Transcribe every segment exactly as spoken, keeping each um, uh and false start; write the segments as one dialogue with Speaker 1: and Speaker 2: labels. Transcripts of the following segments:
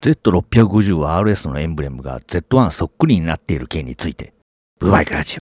Speaker 1: ゼットろっぴゃくごじゅう は アールエス のエンブレムが ゼットワン そっくりになっている件について、ブーバイクラジオ。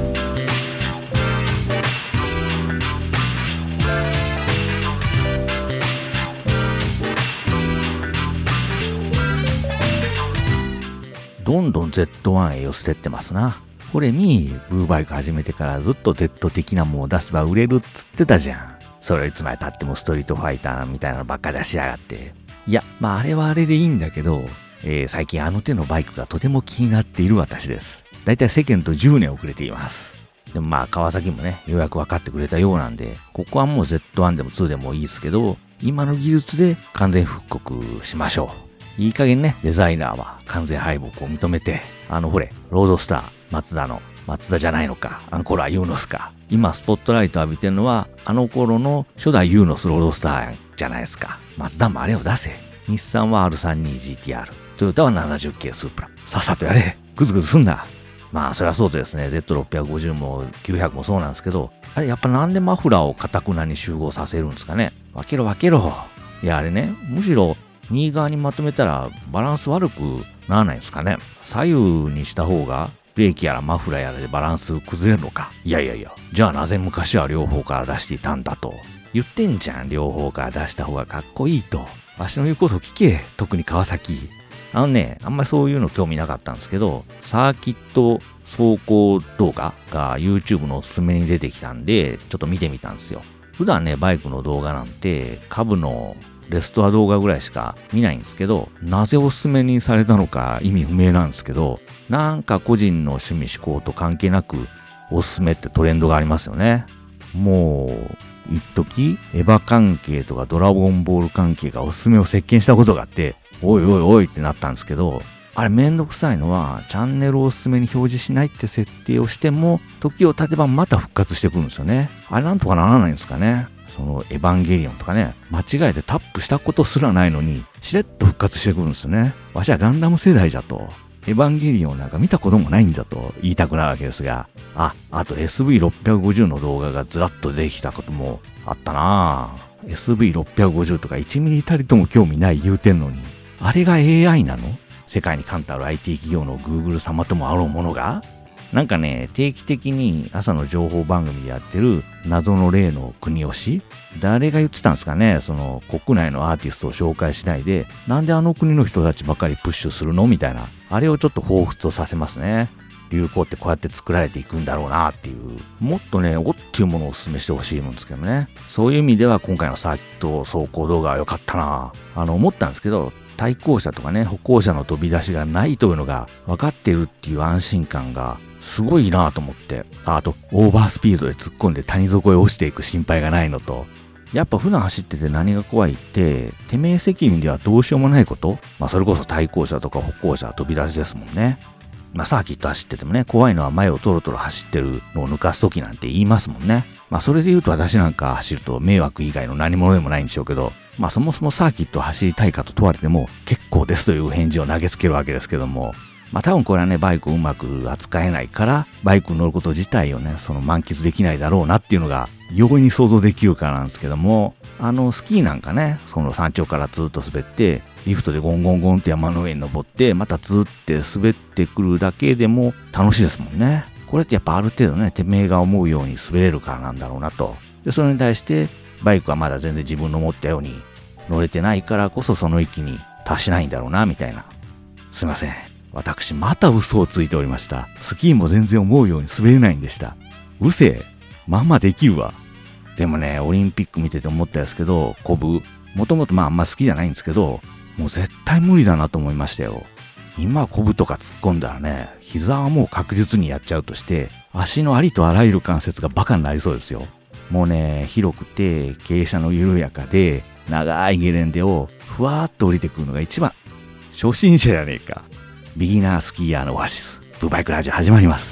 Speaker 1: どんどん ゼットワン へ寄せてってますな。これに、ブーバイク始めてからずっと Z 的なものを出せば売れるっつってたじゃん。それいつまで経ってもストリートファイターみたいなのばっか出しやがって。いや、まああれはあれでいいんだけど、えー、最近あの手のバイクがとても気になっている私です。だいたい世間とじゅうねん遅れています。でもまあ川崎もね、ようやく分かってくれたようなんで、ここはもう ゼットワン でもツーでもいいですけど、今の技術で完全復刻しましょう。いい加減ね、デザイナーは完全敗北を認めて、あのほれ、ロードスター、松田の、松田じゃないのか、あの頃はユーノスか。今スポットライト浴びてるのは、あの頃の初代ユーノスロードスターじゃないですか。松田もあれを出せ。日産は アールさんじゅうにジーティーアール。トヨタは ななじゅっケー スープラ。さっさとやれ。グズグズすんな。まあ、そりゃそうとですね、ゼットろっぴゃくごじゅう もきゅうひゃくもそうなんですけど、あれやっぱなんでマフラーを固くなに集合させるんですかね。分けろ分けろ。いや、あれね、むしろ、右側にまとめたらバランス悪くならないんですかね。左右にした方がブレーキやらマフラーやらでバランス崩れるのか。いやいやいや、じゃあなぜ昔は両方から出していたんだと。言ってんじゃん、両方から出した方がかっこいいと。わしの言うこと聞け、特に川崎。あのね、あんまりそういうの興味なかったんですけど、サーキット走行動画が YouTube のおすすめに出てきたんで、ちょっと見てみたんですよ。普段ね、バイクの動画なんて、株のレストア動画ぐらいしか見ないんですけど、なぜおすすめにされたのか意味不明なんですけど、なんか個人の趣味思考と関係なくおすすめってトレンドがありますよね。もう、一時エヴァ関係とかドラゴンボール関係がおすすめを席巻したことがあって、おいおいおいってなったんですけど、あれめんどくさいのは、チャンネルをおすすめに表示しないって設定をしても、時を経てばまた復活してくるんですよね。あれなんとかならないんですかね。そのエヴァンゲリオンとかね、間違えてタップしたことすらないのに、しれっと復活してくるんですよね。わしはガンダム世代じゃと、エヴァンゲリオンなんか見たこともないんじゃと言いたくなるわけですが、あ、あと エスブイろっぴゃくごじゅう の動画がずらっと出てきたこともあったなぁ。エスブイろっぴゃくごじゅう とかいちミリたりとも興味ない言うてんのに、あれが エーアイ なの？世界に冠たる アイティー 企業の Google 様ともあろうものが？なんかね、定期的に朝の情報番組でやってる謎の例の国吉？誰が言ってたんですかね、その国内のアーティストを紹介しないで、なんであの国の人たちばっかりプッシュするのみたいな。あれをちょっと彷彿とさせますね。流行ってこうやって作られていくんだろうなっていう。もっとね、おっていうものをお勧めしてほしいんですけどね。そういう意味では今回のサーキット走行動画は良かったな。あの、思ったんですけど、対向車とかね、歩行者の飛び出しがないというのが分かってるっていう安心感がすごいなと思って。あと、オーバースピードで突っ込んで谷底へ落ちていく心配がないのと、やっぱ普段走ってて何が怖いって、てめえ責任ではどうしようもないこと？まあそれこそ対向車とか歩行者飛び出しですもんね。まあサーキット走っててもね、怖いのは前をトロトロ走ってるのを抜かすときなんて言いますもんね。まあそれで言うと私なんか走ると迷惑以外の何者でもないんでしょうけど、まあそもそもサーキットを走りたいかと問われても結構ですという返事を投げつけるわけですけども、まあ多分これはね、バイクをうまく扱えないから、バイクに乗ること自体をね、その満喫できないだろうなっていうのが容易に想像できるからなんですけども、あのスキーなんかね、その山頂からずっと滑って、リフトでゴンゴンゴンって山の上に登って、またずって滑ってくるだけでも楽しいですもんね。これってやっぱある程度ね、てめえが思うように滑れるからなんだろうなと。で、それに対してバイクはまだ全然自分の思ったように乗れてないからこそその域に達しないんだろうな、みたいな。すいません。私また嘘をついておりました。スキーも全然思うように滑れないんでした。うせえ。まんまできるわ。でもね、オリンピック見てて思ったんですけど、コブ、もともとまああんま好きじゃないんですけど、もう絶対無理だなと思いましたよ。今コブとか突っ込んだらね、膝はもう確実にやっちゃうとして、足のありとあらゆる関節がバカになりそうですよ。もうね、広くて傾斜の緩やかで、長いゲレンデをふわーっと降りてくるのが一番。初心者じゃねえか。ビギナースキーヤーのオアシス、ブーバイクラジオ始まります。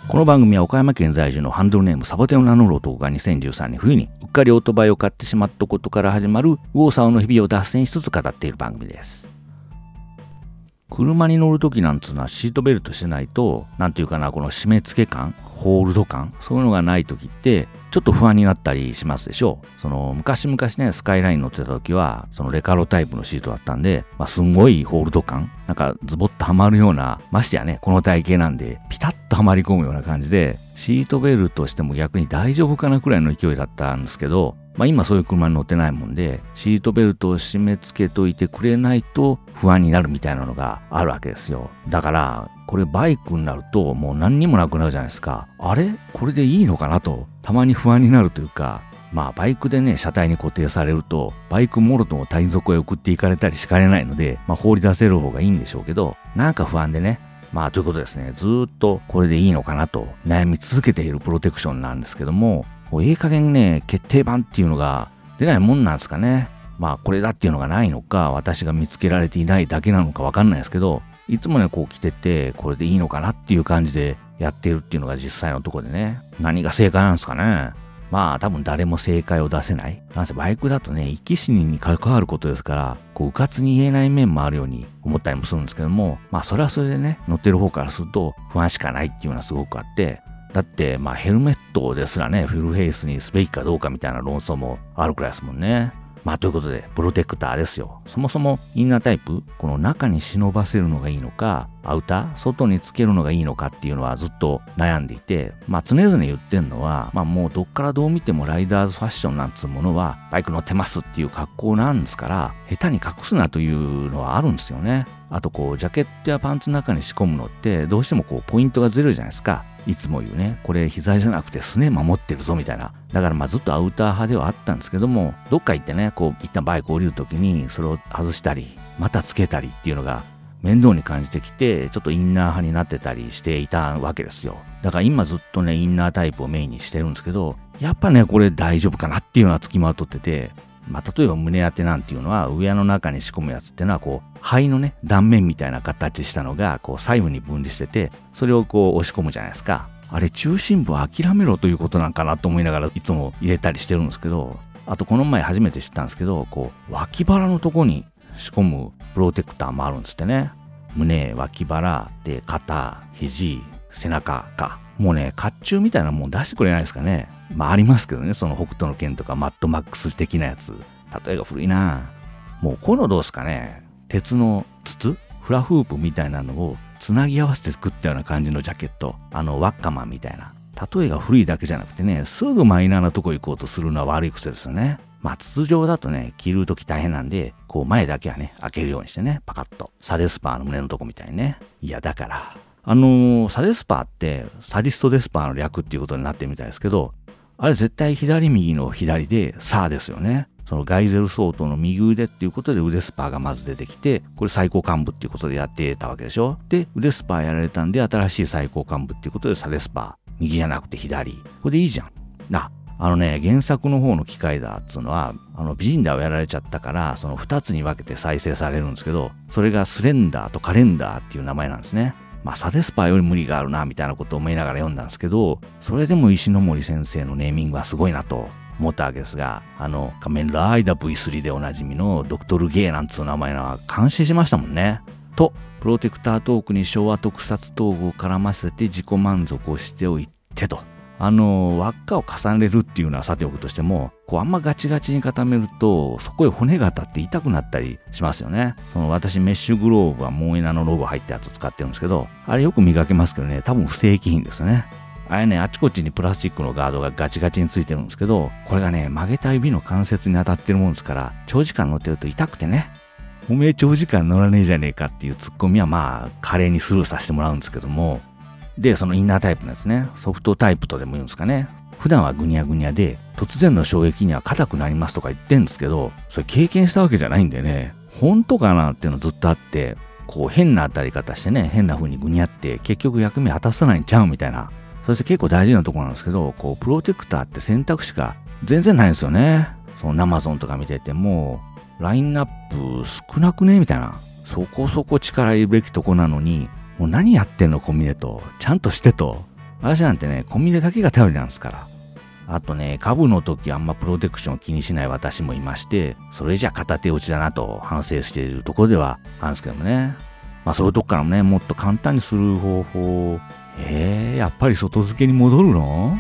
Speaker 1: この番組は岡山県在住のハンドルネームサボテンを名乗る男がにせんじゅうさんねん冬にうっかりオートバイを買ってしまったことから始まる右往左往の日々を脱線しつつ語っている番組です。車に乗るときなんつうのはシートベルトしてないと、なんていうかな、この締め付け感、ホールド感、そういうのがないときって、ちょっと不安になったりしますでしょう。その、昔々ね、スカイライン乗ってたときは、そのレカロタイプのシートだったんで、まあ、すんごいホールド感、なんかズボッとはまるような、ましてやね、この体型なんで、ピタッとはまり込むような感じで、シートベルトしても逆に大丈夫かなくらいの勢いだったんですけど、まあ今そういう車に乗ってないもんで、シートベルトを締め付けといてくれないと不安になるみたいなのがあるわけですよ。だから、これバイクになるともう何にもなくなるじゃないですか。あれこれでいいのかなと、たまに不安になるというか、まあバイクでね、車体に固定されると、バイクもろとも谷底へ送っていかれたりしかねないので、まあ放り出せる方がいいんでしょうけど、なんか不安でね、まあということですね、ずーっとこれでいいのかなと悩み続けているプロテクションなんですけども、いい加減ね、決定版っていうのが出ないもんなんですかね。まあこれだっていうのがないのか、私が見つけられていないだけなのかわかんないですけど、いつもね、こう来てて、これでいいのかなっていう感じでやっているっていうのが実際のところでね、何が正解なんですかね。まあ多分誰も正解を出せない。なんせバイクだとね、生き死にに関わることですから、こう、うかつに言えない面もあるように思ったりもするんですけども、まあそれはそれでね、乗ってる方からすると不安しかないっていうのはすごくあって、だってまあヘルメットですらね、フルフェイスにすべきかどうかみたいな論争もあるくらいですもんね。まあということで、プロテクターですよ。そもそもインナータイプ、この中に忍ばせるのがいいのか、アウター、外につけるのがいいのかっていうのはずっと悩んでいて、まあ常々言ってんのは、まあもうどっからどう見てもライダーズファッションなんつうものは、バイク乗ってますっていう格好なんですから、下手に隠すなというのはあるんですよね。あとこう、ジャケットやパンツの中に仕込むのって、どうしてもこう、ポイントがずれるじゃないですか。いつも言うね、これ膝じゃなくてすね守ってるぞみたいな。だからまあずっとアウター派ではあったんですけども、どっか行ってね、こう一旦バイク降りるときにそれを外したり、またつけたりっていうのが面倒に感じてきて、ちょっとインナー派になってたりしていたわけですよ。だから今ずっとね、インナータイプをメインにしてるんですけど、やっぱね、これ大丈夫かなっていうのは付きまとってて、まあ、例えば胸当てなんていうのは、ウエアの中に仕込むやつっていうのは、こう、肺のね、断面みたいな形したのが、こう、左右に分離してて、それをこう、押し込むじゃないですか。あれ、中心部を諦めろということなんかなと思いながら、いつも入れたりしてるんですけど、あと、この前初めて知ったんですけど、こう、脇腹のとこに仕込むプロテクターもあるんですってね。胸、脇腹、で、肩、肘、背中か。もうね、甲冑みたいなもん出してくれないですかね。まあありますけどね、その北斗の拳とかマッドマックス的なやつ。例えが古いな。もうこういうのどうすかね。鉄の筒フラフープみたいなのをつなぎ合わせて作ったような感じのジャケット。あのワッカマンみたいな。例えが古いだけじゃなくてね、すぐマイナーなとこ行こうとするのは悪い癖ですよね。まあ筒状だとね、着るとき大変なんで、こう前だけはね、開けるようにしてね、パカッと。サデスパーの胸のとこみたいにね。いやだから、あのー、サデスパーってサディストデスパーの略っていうことになってるみたいですけど、あれ絶対左右の左でサーですよね。そのガイゼル相当の右腕っていうことで腕スパーがまず出てきて、これ最高幹部っていうことでやってたわけでしょ。で、腕スパーやられたんで新しい最高幹部っていうことでサデスパー。右じゃなくて左。これでいいじゃん。な、あのね、原作の方の機械だっつうのは、あのビジンダーをやられちゃったから、その二つに分けて再生されるんですけど、それがスレンダーとカレンダーっていう名前なんですね。まあ、サデスパーより無理があるなみたいなことを思いながら読んだんですけど、それでも石ノ森先生のネーミングはすごいなと思ったわけですが、あの仮面ライダー ブイスリー でおなじみのドクトルゲーなんつう名前は感心しましたもんね。とプロテクタートークに昭和特撮道具を絡ませて自己満足をしておいてと、あの輪っかを重ねるっていうのはさておくとしても、こうあんまガチガチに固めるとそこへ骨が当たって痛くなったりしますよね。その私メッシュグローブはモーエナのロゴ入ったやつ使ってるんですけど、あれよく見かけますけどね、多分不正規品ですよね。あれね、あちこちにプラスチックのガードがガチガチについてるんですけど、これがね、曲げた指の関節に当たってるもんですから、長時間乗ってると痛くてね、おめえ長時間乗らねえじゃねえかっていうツッコミはまあ華麗にスルーさせてもらうんですけども、でそのインナータイプのやつね、ソフトタイプとでも言うんですかね、普段はグニャグニャで突然の衝撃には硬くなりますとか言ってんですけど、それ経験したわけじゃないんでね、本当かなっていうのずっとあって、こう変な当たり方してね、変な風にグニャって結局役目果たさないんちゃうみたいな、そして結構大事なところなんですけど、こうプロテクターって選択肢が全然ないんですよね。その Amazon とか見ててもラインナップ少なくねみたいな、そこそこ力入れるべきとこなのに、もう何やってんのコミネと、ちゃんとしてと、 私なんてね、コンビニだけが頼りなんですから。あとね、株の時あんまプロテクションを気にしない私もいまして、それじゃ片手落ちだなと反省しているところではあるんですけどもね。まあそういうとこからもね、もっと簡単にする方法、えー、やっぱり外付けに戻るの？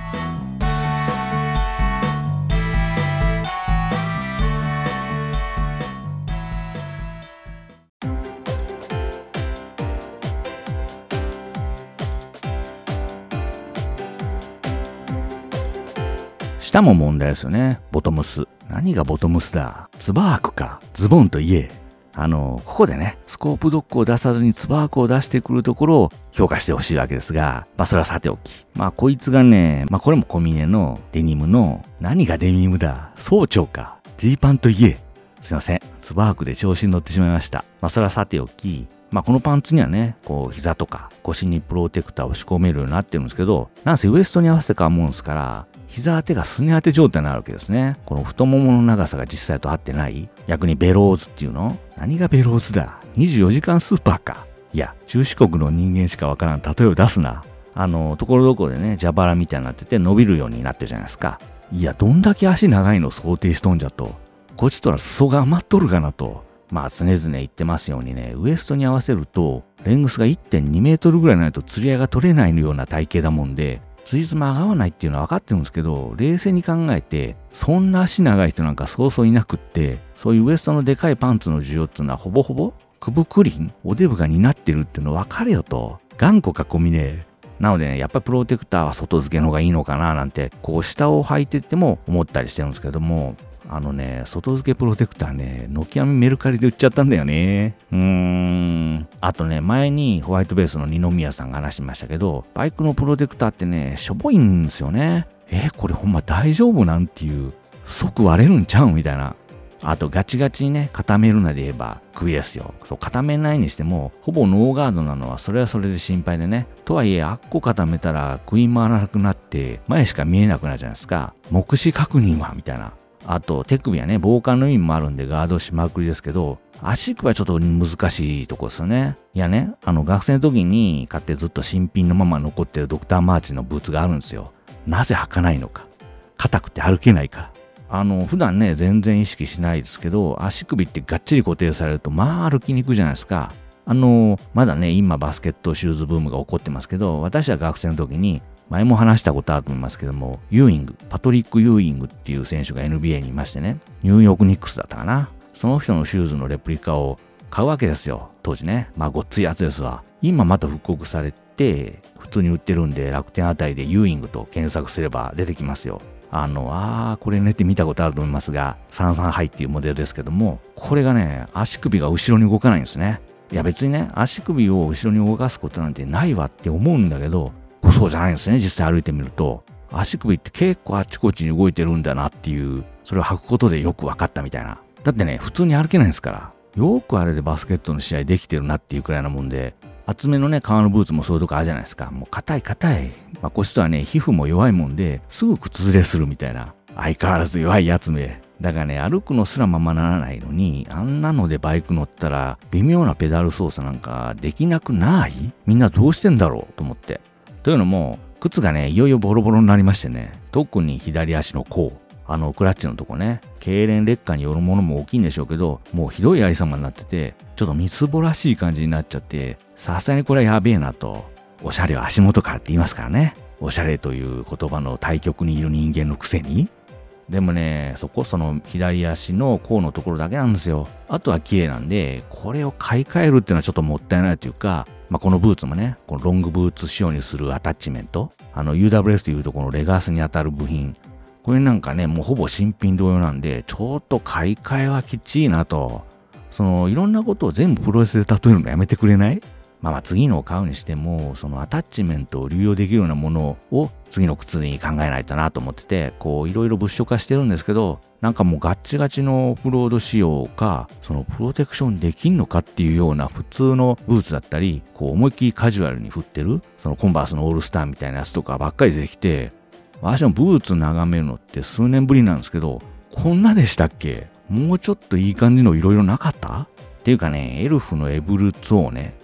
Speaker 1: 下も問題ですよね。ボトムス。何がボトムスだ？ツバークか。ズボンといえ。あの、ここでね、スコープドックを出さずにツバークを出してくるところを評価してほしいわけですが、まあそれはさておき。まあこいつがね、まあこれもコミネのデニムの、何がデニムだ？総長か。ジーパンといえ。すいません。ツバークで調子に乗ってしまいました。まあそれはさておき、まあこのパンツにはね、こう膝とか腰にプロテクターを仕込めるようになってるんですけど、なんせウエストに合わせて買うもんですから、膝当てがすね当て状態になるわけですね。この太ももの長さが実際と合ってない。逆にベローズっていうの？何がベローズだ？ にじゅうよじかんスーパーか。いや、中四国の人間しかわからん例えを出すな。あの、ところどころでね、蛇腹みたいになってて伸びるようになってるじゃないですか。いや、どんだけ足長いの想定しとんじゃと。こっちとら裾が余っとるかなと。まあ常々言ってますようにね、ウエストに合わせると、レングスが いってんにメートルぐらいないと釣り合いが取れないような体型だもんで、ついつま合わないっていうのは分かってるんですけど、冷静に考えて、そんな足長い人なんかそうそういなくって、そういうウエストのでかいパンツの需要っていうのはほぼほぼ、くぶくりん、おデブが担ってるっていうの分かれよと。頑固かコミネ。なのでね、やっぱりプロテクターは外付けの方がいいのかななんて、こう下を履いてても思ったりしてるんですけども、あのね、外付けプロテクターね、軒並みメルカリで売っちゃったんだよね。うーん。あとね、前にホワイトベースの二宮さんが話してましたけど、バイクのプロテクターってね、しょぼいんですよね。え、これほんま大丈夫なんていう、即割れるんちゃうみたいな。あとガチガチにね、固めるなで言えば首ですよ。そう、固めないにしても、ほぼノーガードなのはそれはそれで心配でね。とはいえ、あっこ固めたら食い回らなくなって、前しか見えなくなるじゃないですか。目視確認はみたいな。あと、手首はね、防寒の意味もあるんでガードしまくりですけど、足首はちょっと難しいとこですよね。いやね、あの、学生の時に買ってずっと新品のまま残ってるドクターマーチンのブーツがあるんですよ。なぜ履かないのか。硬くて歩けないから。あの、普段ね、全然意識しないですけど、足首ってがっちり固定されると、まあ歩きにくいじゃないですか。あの、まだね、今バスケットシューズブームが起こってますけど、私は学生の時に、前も話したことあると思いますけども、ユーイング、パトリック・ユーイングっていう選手が エヌビーエー にいましてね、ニューヨークニックスだったかな。その人のシューズのレプリカを買うわけですよ、当時ね。まあ、ごっついやつですわ。今また復刻されて、普通に売ってるんで、楽天あたりでユーイングと検索すれば出てきますよ。あの、あー、これねって見たことあると思いますが、さんさんハイっていうモデルですけども、これがね、足首が後ろに動かないんですね。いや別にね、足首を後ろに動かすことなんてないわって思うんだけど、そうじゃないんですね。実際歩いてみると、足首って結構あっちこっちに動いてるんだなっていう、それを履くことでよく分かったみたいな。だってね、普通に歩けないんですから、よくあれでバスケットの試合できてるなっていうくらいなもんで、厚めのね、革のブーツもそういうとこあるじゃないですか。もう硬い硬い。まあ、こっちとはね、皮膚も弱いもんで、すぐ靴ずれするみたいな。相変わらず弱いやつめ。だからね、歩くのすらままならないのに、あんなのでバイク乗ったら、微妙なペダル操作なんかできなくない？みんなどうしてんだろうと思って。というのも、靴がね、いよいよボロボロになりましてね、特に左足の甲、あのクラッチのとこね、痙攣劣化によるものも大きいんでしょうけど、もうひどいありさまになってて、ちょっとみすぼらしい感じになっちゃって、さすがにこれはやべえなと。おしゃれは足元からって言いますからね。おしゃれという言葉の対極にいる人間のくせに。でもね、そこその左足の甲のところだけなんですよ。あとは綺麗なんで、これを買い替えるっていうのはちょっともったいないというか、まあ、このブーツもね、このロングブーツ仕様にするアタッチメント、あの ユーダブリューエフ というとこのレガースに当たる部品、これなんかね、もうほぼ新品同様なんで、ちょっと買い替えはきちいなと。そのいろんなことを全部プロレスで例えるのやめてくれない？まあまあ次のを買うにしても、そのアタッチメントを流用できるようなものを次の靴に考えないとなと思ってて、こういろいろ物色化してるんですけど、なんかもうガッチガチのオフロード仕様か、そのプロテクションできんのかっていうような普通のブーツだったり、こう思いっきりカジュアルに振ってる、そのコンバースのオールスターみたいなやつとかばっかり出てきて、私もブーツ眺めるのって数年ぶりなんですけど、こんなでしたっけ？もうちょっといい感じのいろいろなかった？っていうかね、エルフのエブルツォーね、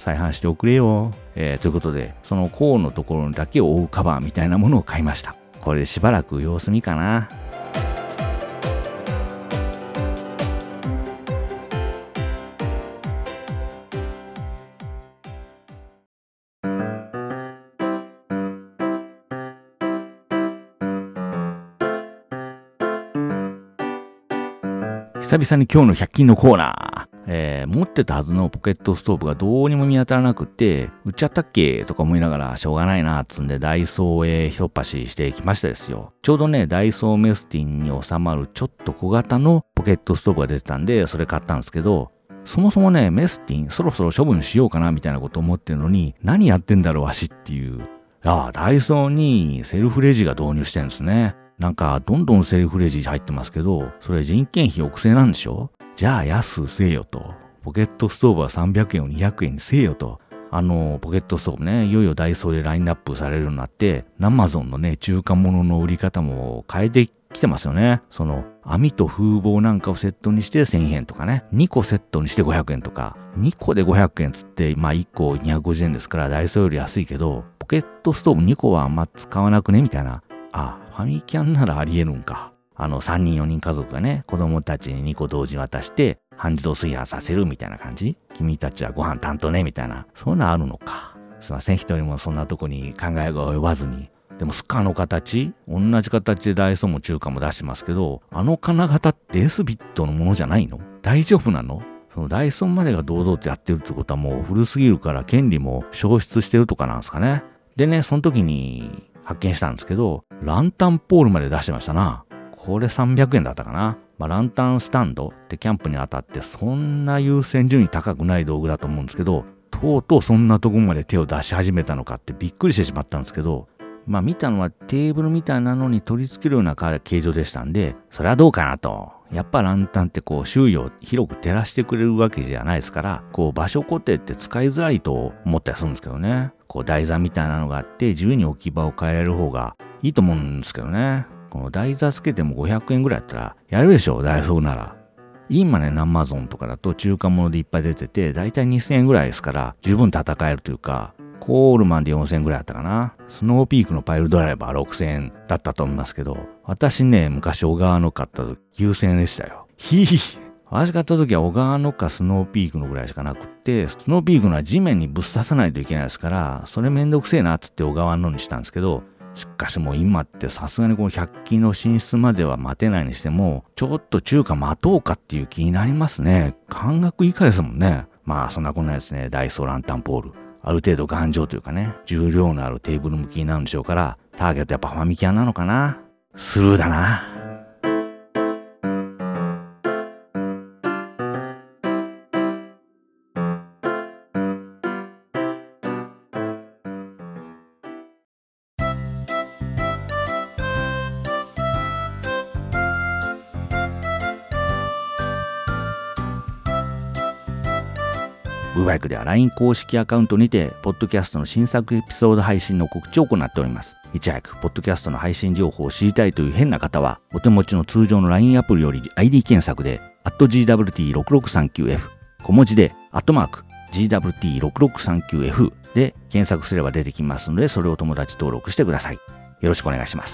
Speaker 1: 再販しておくれよ。えー、ということで、その甲のところだけを覆うカバーみたいなものを買いました。これでしばらく様子見かな。久々に今日のひゃく均のコーナー。えー、持ってたはずのポケットストーブがどうにも見当たらなくって、売っちゃったっけとか思いながらしょうがないなっつんでダイソーへひとっ走りしてきましたですよ。ちょうどね、ダイソーメスティンに収まるちょっと小型のポケットストーブが出てたんで、それ買ったんですけど、そもそもね、メスティンそろそろ処分しようかなみたいなこと思ってるのに、何やってんだろうわしっていう。ああ、ダイソーにセルフレジが導入してるんですね。なんか、どんどんセルフレジ入ってますけど、それ人件費抑制なんでしょ？じゃあ安せえよと。ポケットストーブはさんびゃくえんをにひゃくえんにせえよと。あの、ポケットストーブね、いよいよダイソーでラインナップされるようになって、アマゾンのね、中華物の売り方も変えてきてますよね。その、網と風防なんかをセットにしてせんえんとかね、にこセットにしてごひゃくえんとか、にこでごひゃくえんつって、まあいっこにひゃくごじゅうえんですからダイソーより安いけど、ポケットストーブにこはあんま使わなくねみたいな。あ、ファミキャンならあり得るんか。あのさんにんよにん家族がね、子供たちににこ同時に渡して、半自動炊飯させるみたいな感じ？君たちはご飯担当ねみたいな。そういうのあるのか。すいません、一人もそんなとこに考えが及ばずに。でもスカの形？同じ形でダイソーも中華も出してますけど、あの金型ってエスビットのものじゃないの？大丈夫なの？そのダイソーまでが堂々とやってるってことはもう古すぎるから権利も消失してるとかなんですかね。でね、その時に発見したんですけど、ランタンポールまで出してましたな。これさんびゃくえんだったかな。まあ、ランタンスタンドってキャンプにあたってそんな優先順位高くない道具だと思うんですけど、とうとうそんなとこまで手を出し始めたのかってびっくりしてしまったんですけど、まあ見たのはテーブルみたいなのに取り付けるような形状でしたんで、それはどうかなと。やっぱランタンってこう周囲を広く照らしてくれるわけじゃないですから、こう場所固定って使いづらいと思ったりするんですけどね。こう台座みたいなのがあって自由に置き場を変えられる方がいいと思うんですけどね。この台座つけてもごひゃくえんぐらいやったらやるでしょ、ダイソーなら。今ね、アマゾンとかだと中華物でいっぱい出てて、だいたいにせんえんぐらいですから十分戦えるというか、コールマンでよんせんえんぐらいだったかな。スノーピークのパイルドライバーろくせんえんだったと思いますけど、私ね、昔小川の買った時きゅうせんえんでしたよ。ひひ。私買った時は小川のかスノーピークのぐらいしかなくって、スノーピークのは地面にぶっ刺さないといけないですから、それめんどくせえなっつって小川のにしたんですけど、しかしもう今ってさすがにこのひゃく均の進出までは待てないにしても、ちょっと中華待とうかっていう気になりますね。半額以下ですもんね。まあそんなこんなですね、ダイソーランタンポール。ある程度頑丈というかね、重量のあるテーブル向きになるんでしょうから、ターゲットやっぱファミキャンなのかな。スルーだな。ブーバイクでは ライン 公式アカウントにて、ポッドキャストの新作エピソード配信の告知を行っております。いち早く、ポッドキャストの配信情報を知りたいという変な方は、お手持ちの通常の ライン アプリより アイディー 検索で、アット ジーダブリューティーろくろくさんきゅうエフ、小文字で、アットマーク、ジーダブリューティーろくろくさんきゅうエフ で検索すれば出てきますので、それを友達登録してください。よろしくお願いします。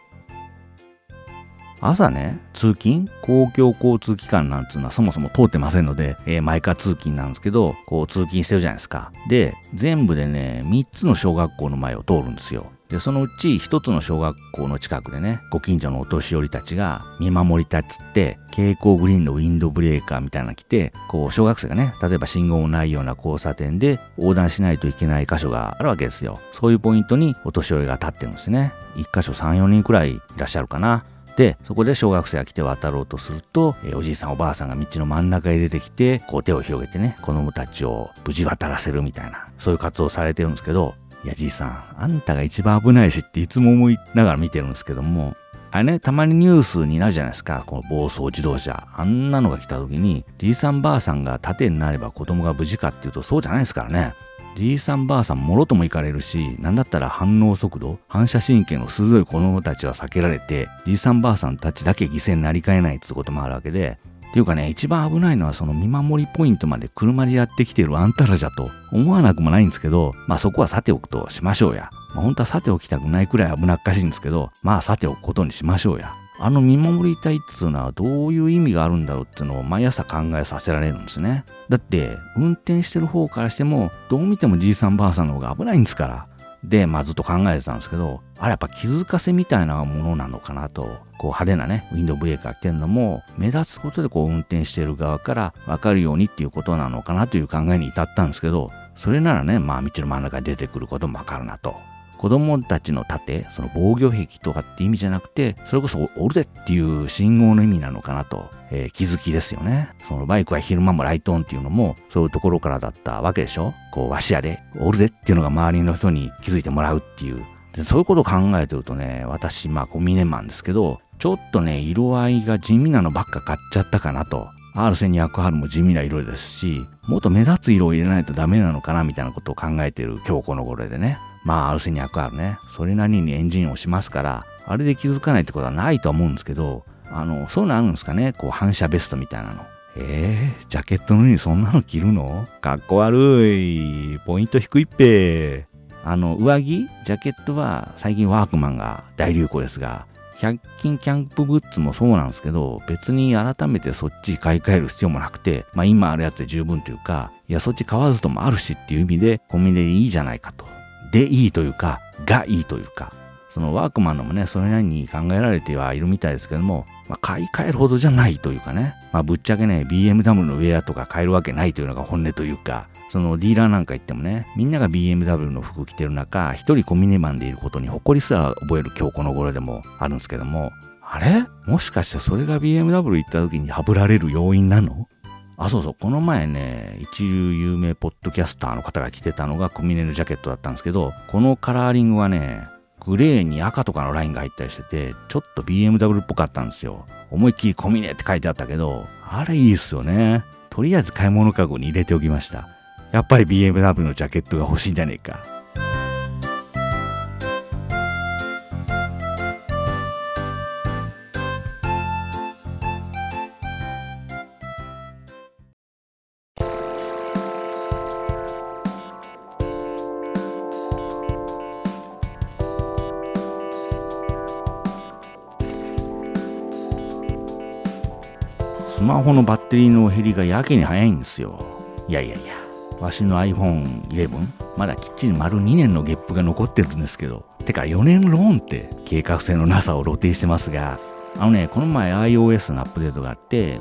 Speaker 1: 朝ね、通勤、公共交通機関なんつうのはそもそも通ってませんので、えー、マイカー通勤なんですけど、こう通勤してるじゃないですか。で、全部でね、みっつの小学校の前を通るんですよ。で、そのうちひとつの小学校の近くでね、ご近所のお年寄りたちが見守りたっつって、蛍光グリーンのウィンドブレーカーみたいなの着て、こう小学生がね、例えば信号もないような交差点で横断しないといけない箇所があるわけですよ。そういうポイントにお年寄りが立ってるんですね。いっ箇所さん、よにんくらいいらっしゃるかな。で、そこで小学生が来て渡ろうとすると、えー、おじいさんおばあさんが道の真ん中へ出てきて、こう手を広げてね、子供たちを無事渡らせるみたいな、そういう活動をされてるんですけど、いやじいさん、あんたが一番危ないしっていつも思いながら見てるんですけども、あれね、たまにニュースになるじゃないですか、この暴走自動車。あんなのが来た時に、じいさんばあさんが盾になれば子供が無事かっていうとそうじゃないですからね。じいさんばあさんもろとも行かれるし、なんだったら反応速度、反射神経の鋭い子供たちは避けられて、じいさんばあさんたちだけ犠牲になりかねないってこともあるわけで、 っていうかね、一番危ないのはその見守りポイントまで車でやってきてるあんたらじゃと思わなくもないんですけど、まあそこはさておくとしましょうや。まあ本当はさておきたくないくらい危なっかしいんですけど、まあさておくことにしましょうや。あの見守り隊っていうのはどういう意味があるんだろうっていうのを毎朝考えさせられるんですね。だって運転してる方からしてもどう見てもじいさんばあさんの方が危ないんですから。で、まあずっと考えてたんですけど、あれやっぱ気づかせみたいなものなのかなと、こう派手なね、ウィンドブレーカー着てるのも目立つことでこう運転してる側から分かるようにっていうことなのかなという考えに至ったんですけど、それならね、まあ道の真ん中に出てくることも分かるなと。子供たちの盾、その防御壁とかって意味じゃなくて、それこそおるでっていう信号の意味なのかなと、えー、気づきですよね。そのバイクは昼間もライトオンっていうのもそういうところからだったわけでしょ。こうわしやで、おるでっていうのが周りの人に気づいてもらうっていう。でそういうことを考えてるとね、私まあコミネマンですけど、ちょっとね色合いが地味なのばっか買っちゃったかなと。アールせんにひゃくアール も地味な色ですし、もっと目立つ色を入れないとダメなのかなみたいなことを考えている今日この頃でね。まあ アールせんにひゃくアール ね、それなりにエンジンをしますから、あれで気づかないってことはないと思うんですけど、あの、そういうのあるんですかね、こう反射ベストみたいなの。えー、ジャケットの上にそんなの着るの？かっこ悪い。ポイント低いっぺ。あの、上着、ジャケットは最近ワークマンが大流行ですが、ひゃく均キャンプグッズもそうなんですけど、別に改めてそっち買い替える必要もなくて、まあ今あるやつで十分というか、いやそっち買わずともあるしっていう意味でコンビニでいいじゃないかと。でいいというか、がいいというか、そのワークマンのもね、それなりに考えられてはいるみたいですけども、まあ、買い替えるほどじゃないというかね、まあ、ぶっちゃけね、ビーエムダブリュー のウェアとか買えるわけないというのが本音というか、そのディーラーなんか行ってもね、みんなが ビーエムダブリュー の服着てる中、一人コミネマンでいることに誇りすら覚える今日この頃でもあるんですけども、あれ？もしかしてそれが ビーエムダブリュー 行った時にハブられる要因なの？あ、そうそう、この前ね、一流有名ポッドキャスターの方が着てたのがコミネのジャケットだったんですけど、このカラーリングはね、グレーに赤とかのラインが入ったりしてて、ちょっと ビーエムダブリュー っぽかったんですよ。思いっきりコミネって書いてあったけど、あれいいっすよね。とりあえず買い物カゴに入れておきました。やっぱり ビーエムダブリュー のジャケットが欲しいんじゃねえか。スマホのバッテリーの減りがやけに早いんですよ。いやいやいや、わしの アイフォンイレブン まだきっちり丸にねんのゲップが残ってるんですけど、てかよねんローンって計画性のなさを露呈してますが、あのね、この前 iOS のアップデートがあって、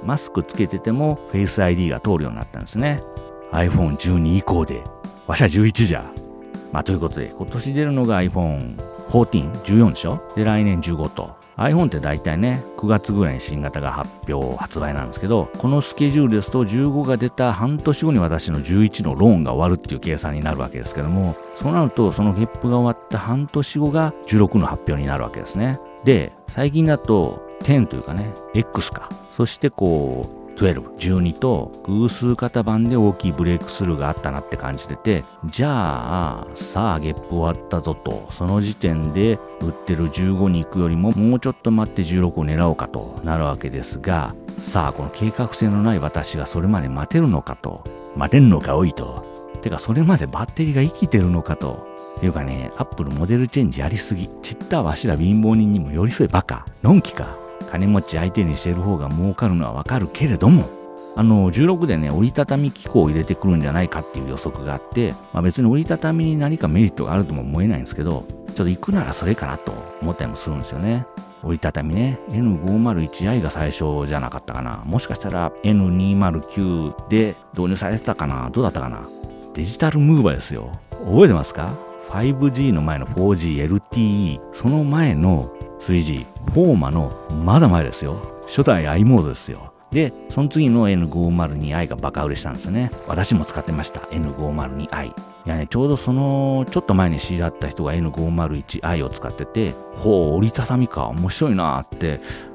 Speaker 1: マスクつけてても Face アイディー が通るようになったんですね。アイフォンじゅうに 以降で、わしはじゅういちじゃ。まあということで、今年出るのが アイフォンじゅうよん、じゅうよんでしょ？で、来年じゅうごと。iPhone って大体ね、くがつぐらいに新型が発表、発売なんですけど、このスケジュールですとじゅうごが出た半年後に私のじゅういちのローンが終わるっていう計算になるわけですけども、そうなるとそのゲップが終わった半年後がじゅうろくの発表になるわけですね。で、最近だとじゅうというかね、X か。そしてこう、じゅうに、じゅうにと偶数型版で大きいブレイクスルーがあったなって感じてて、じゃあさあゲップ終わったぞと、その時点で売ってるじゅうごに行くよりももうちょっと待ってじゅうろくを狙おうかとなるわけですが、さあこの計画性のない私がそれまで待てるのかと、待てんのかおいと、てかそれまでバッテリーが生きてるのかと、っていうかね、アップルモデルチェンジやりすぎ、ちったわしら貧乏人にも寄り添えバカ、のんきか。金持ち相手にしてる方が儲かるのはわかるけれども、あのじゅうろくでね、折りたたみ機構を入れてくるんじゃないかっていう予測があって、まあ、別に折りたたみに何かメリットがあるとも思えないんですけど、ちょっと行くならそれかなと思ったりもするんですよね。折りたたみね、エヌごーまるいちアイ が最初じゃなかったかな。もしかしたら エヌにーまるきゅう で導入されてたかな。どうだったかな。デジタルムーバーですよ。覚えてますか？ ファイブジー の前の フォージーエルティーイー、その前の スリージー、フォーマのまだ前ですよ。初代 i モードですよ。で、その次の エヌごーまるにアイ がバカ売れしたんですよね。私も使ってました。エヌごーまるにアイ。いやね、ちょうどその、ちょっと前に知り合った人が エヌごーまるいちアイ を使ってて、ほう、折りたたみか、面白いなーって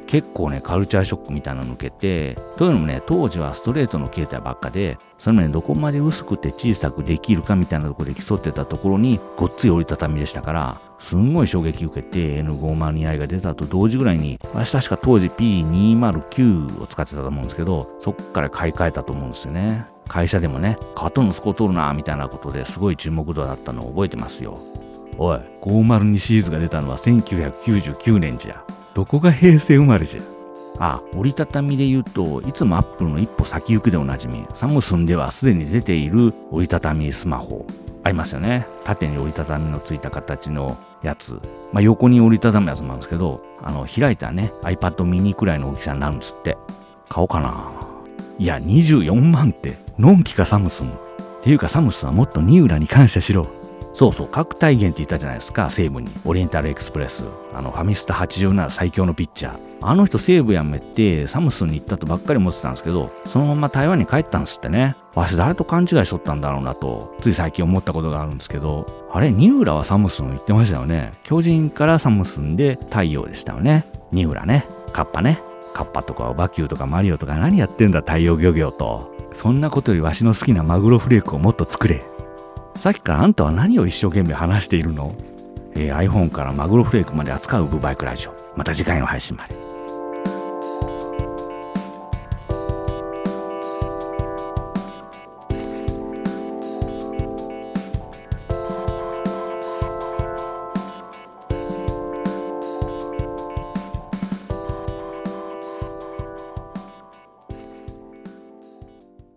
Speaker 1: 結構ね、カルチャーショックみたいなの受けて、というのもね、当時はストレートの携帯ばっかで、それもね、どこまで薄くて小さくできるかみたいなところで競ってたところに、ごっつい折りたたみでしたから、すんごい衝撃受けて エヌごじゅうにアイ が出たと同時ぐらいに、私確か当時 ピーにひゃくきゅう を使ってたと思うんですけど、そっから買い替えたと思うんですよね。会社でもね、カートンのスコー取るなみたいなことですごい注目度だったのを覚えてますよ。おい、ごひゃくにシリーズが出たのはせんきゅうひゃくきゅうじゅうきゅうねんじゃ。どこが平成生まれじゃ。あ、折りたたみで言うと、いつもアップルの一歩先行くでおなじみ、サムスンではすでに出ている折りたたみスマホ。ありますよね。縦に折りたたみのついた形のやつ。まあ、横に折りたたむやつもあるんですけど、あの、開いたね、iPad mini くらいの大きさになるんですって。買おうかな。いや、にじゅうよんまんって、のんきかサムスン。っていうかサムスンはもっとニウラに感謝しろ。そうそう、核体現って言ったじゃないですか、西武に。オリエンタルエクスプレス。あの、ファミスタはちじゅうなな最強のピッチャー。あの人西武辞めて、サムスンに行ったとばっかり思ってたんですけど、そのまま台湾に帰ったんですってね。わし誰と勘違いしとったんだろうなと、つい最近思ったことがあるんですけど、あれ、ニウラはサムスン行ってましたよね。巨人からサムスンで太陽でしたよね。ニウラね。カッパね。カッパとかバキューとかマリオとか何やってんだ太陽漁業と。そんなことよりわしの好きなマグロフレークをもっと作れ。さっきからあんたは何を一生懸命話しているの？えー、iPhone からマグロフレークまで扱うブバイクラジオ。また次回の配信まで。